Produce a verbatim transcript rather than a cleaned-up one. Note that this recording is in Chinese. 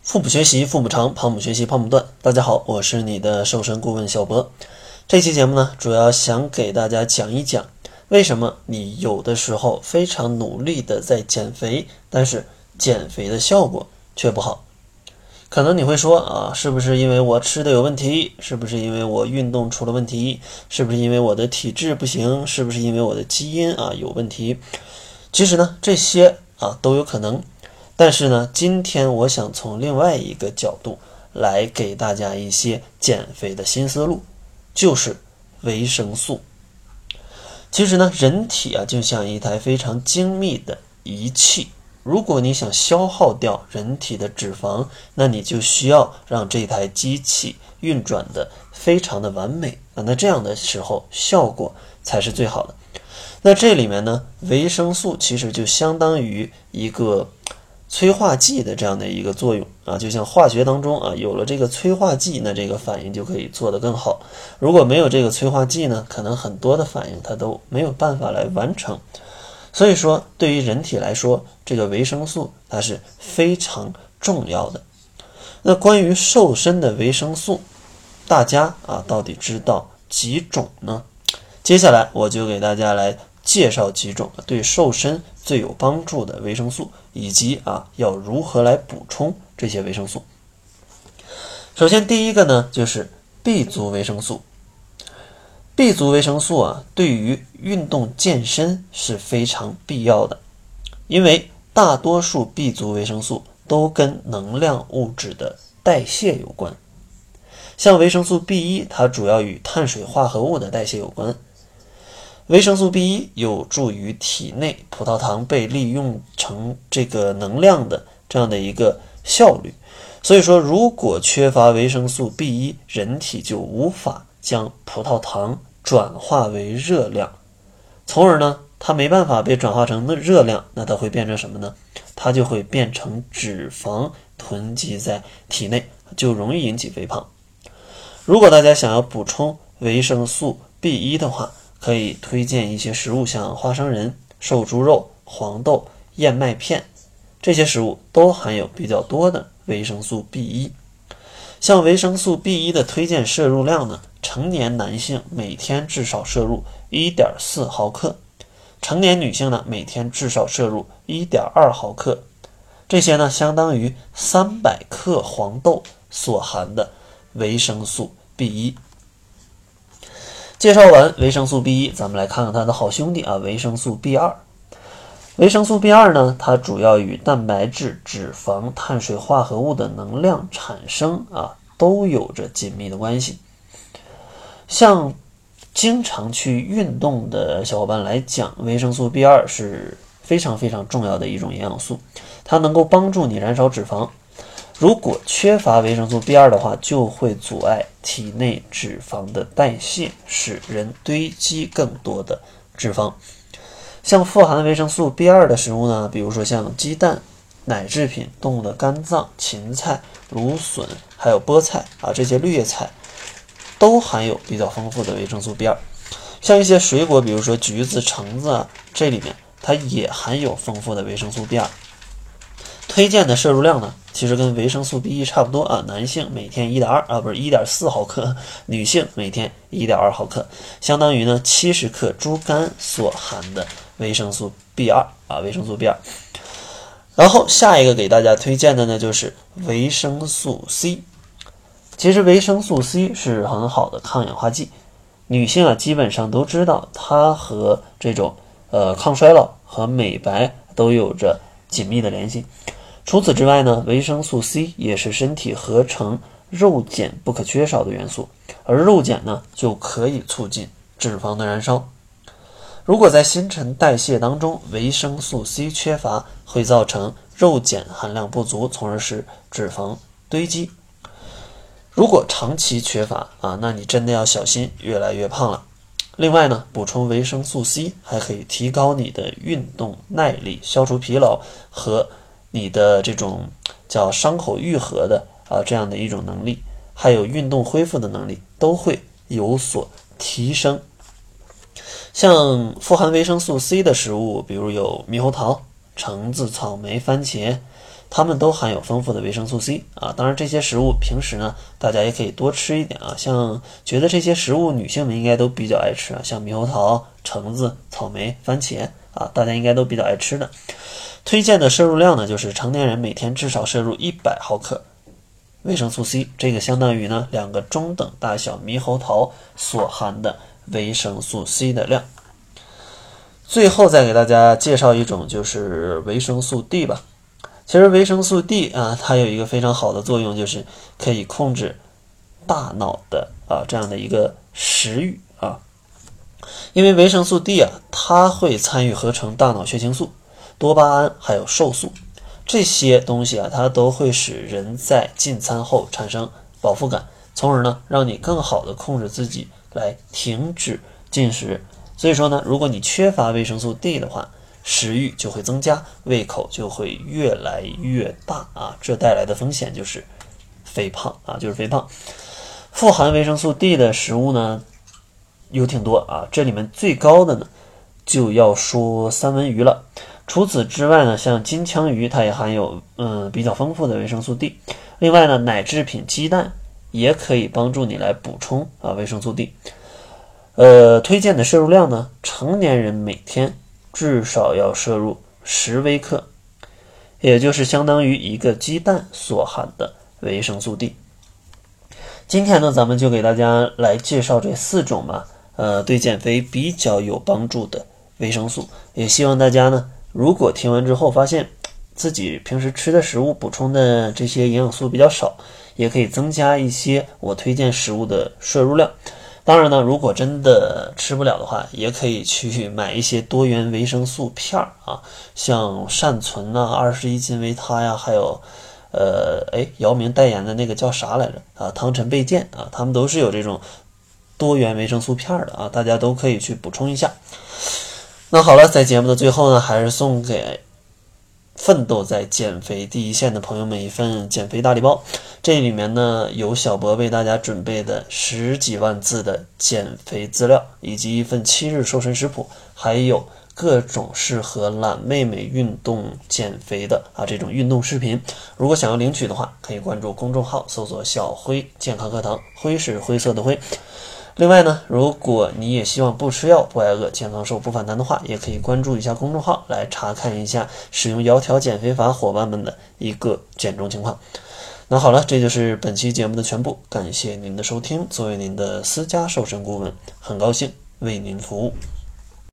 腹部学习腹部长，胖不学习胖不断。大家好，我是你的瘦身顾问小博。这期节目呢，主要想给大家讲一讲，为什么你有的时候非常努力的在减肥，但是减肥的效果却不好。可能你会说啊，是不是因为我吃的有问题？是不是因为我运动出了问题？是不是因为我的体质不行？是不是因为我的基因啊有问题？其实呢，这些啊都有可能。但是呢，今天我想从另外一个角度来给大家一些减肥的新思路，就是维生素。其实呢，人体啊就像一台非常精密的仪器，如果你想消耗掉人体的脂肪，那你就需要让这台机器运转的非常的完美啊，那这样的时候效果才是最好的。那这里面呢，维生素其实就相当于一个催化剂的这样的一个作用啊，就像化学当中啊，有了这个催化剂，那这个反应就可以做得更好。如果没有这个催化剂呢，可能很多的反应它都没有办法来完成。所以说，对于人体来说，这个维生素它是非常重要的。那关于瘦身的维生素，大家啊到底知道几种呢？接下来我就给大家来介绍几种对瘦身最有帮助的维生素，以及啊要如何来补充这些维生素。首先第一个呢，就是 B 族维生素。B 族维生素啊，对于运动健身是非常必要的，因为大多数 B 族维生素都跟能量物质的代谢有关。像维生素 B 一， 它主要与碳水化合物的代谢有关。维生素 B 一 有助于体内葡萄糖被利用成这个能量的这样的一个效率。所以说，如果缺乏维生素 B 一， 人体就无法将葡萄糖转化为热量，从而呢，它没办法被转化成热量，那它会变成什么呢？它就会变成脂肪囤积在体内，就容易引起肥胖。如果大家想要补充维生素 B 一 的话，可以推荐一些食物，像花生仁、瘦猪肉、黄豆、燕麦片，这些食物都含有比较多的维生素 B 一。像维生素 B 一 的推荐摄入量呢，成年男性每天至少摄入 一点四毫克，成年女性呢每天至少摄入 一点二毫克，这些呢相当于三百克黄豆所含的维生素 B 一。介绍完维生素 B 一， 咱们来看看它的好兄弟啊，维生素 B 二。维生素 B 二 呢，它主要与蛋白质、脂肪、碳水化合物的能量产生啊，都有着紧密的关系。像经常去运动的小伙伴来讲，维生素 B 二 是非常非常重要的一种营养素，它能够帮助你燃烧脂肪。如果缺乏维生素 B 二 的话，就会阻碍体内脂肪的代谢，使人堆积更多的脂肪。像富含维生素 B 二 的食物呢，比如说像鸡蛋、奶制品、动物的肝脏、芹菜、芦笋，还有菠菜啊，这些绿叶菜都含有比较丰富的维生素 B 二。像一些水果，比如说橘子、橙子啊，这里面它也含有丰富的维生素 B 二。推荐的摄入量呢，其实跟维生素 B 一 差不多啊，男性每天 一点二 啊，不是 一点四毫克，女性每天 一点二毫克，相当于呢七十克猪肝所含的维生素 B 二 啊，维生素 B 二。然后下一个给大家推荐的呢，就是维生素 C。其实维生素 C 是很好的抗氧化剂，女性啊基本上都知道，它和这种呃抗衰老和美白都有着紧密的联系。除此之外呢，维生素 C 也是身体合成肉碱不可缺少的元素，而肉碱呢就可以促进脂肪的燃烧。如果在新陈代谢当中维生素 C 缺乏，会造成肉碱含量不足，从而使脂肪堆积。如果长期缺乏啊，那你真的要小心，越来越胖了。另外呢，补充维生素 C 还可以提高你的运动耐力，消除疲劳和你的这种叫伤口愈合的啊这样的一种能力，还有运动恢复的能力都会有所提升。像富含维生素 C 的食物，比如有猕猴桃、橙子、草莓、番茄， 它们都含有丰富的维生素 C 啊。当然这些食物平时呢大家也可以多吃一点啊，像觉得这些食物女性们应该都比较爱吃啊，像猕猴桃、橙子、草莓、番茄啊，大家应该都比较爱吃的。推荐的摄入量呢，就是成年人每天至少摄入一百毫克维生素 C， 这个相当于呢两个中等大小猕猴桃所含的维生素 C 的量。最后再给大家介绍一种就是维生素 D 吧。其实维生素 D 啊，它有一个非常好的作用，就是可以控制大脑的啊这样的一个食欲啊。因为维生素 D 啊，它会参与合成大脑血清素、多巴胺还有瘦素。这些东西啊，它都会使人在进餐后产生饱腹感，从而呢，让你更好的控制自己来停止进食。所以说呢，如果你缺乏维生素 D 的话，食欲就会增加，胃口就会越来越大啊，这带来的风险就是肥胖啊，就是肥胖。富含维生素 D 的食物呢，有挺多啊，这里面最高的呢，就要说三文鱼了。除此之外呢，像金枪鱼它也含有嗯比较丰富的维生素 D。另外呢，奶制品鸡蛋也可以帮助你来补充啊维生素 D。呃，推荐的摄入量呢，成年人每天至少要摄入十微克，也就是相当于一个鸡蛋所含的维生素 D。今天呢，咱们就给大家来介绍这四种吧，呃，对减肥比较有帮助的维生素。也希望大家呢，如果听完之后发现自己平时吃的食物补充的这些营养素比较少，也可以增加一些我推荐食物的摄入量。当然呢，如果真的吃不了的话，也可以去买一些多元维生素片啊，像善存啊、二十一金维他呀，还有呃，哎，姚明代言的那个叫啥来着啊？汤臣倍健啊，他们都是有这种多元维生素片的啊，大家都可以去补充一下。那好了，在节目的最后呢，还是送给奋斗在减肥第一线的朋友们一份减肥大礼包。这里面呢有小博为大家准备的十几万字的减肥资料，以及一份七日瘦身食谱，还有各种适合懒妹妹运动减肥的啊这种运动视频。如果想要领取的话，可以关注公众号搜索小辉健康课堂，辉是灰色的灰。另外呢，如果你也希望不吃药不挨饿健康瘦不反弹的话，也可以关注一下公众号来查看一下使用窈窕减肥法伙伴们的一个减重情况。那好了，这就是本期节目的全部，感谢您的收听。作为您的私家瘦身顾问，很高兴为您服务。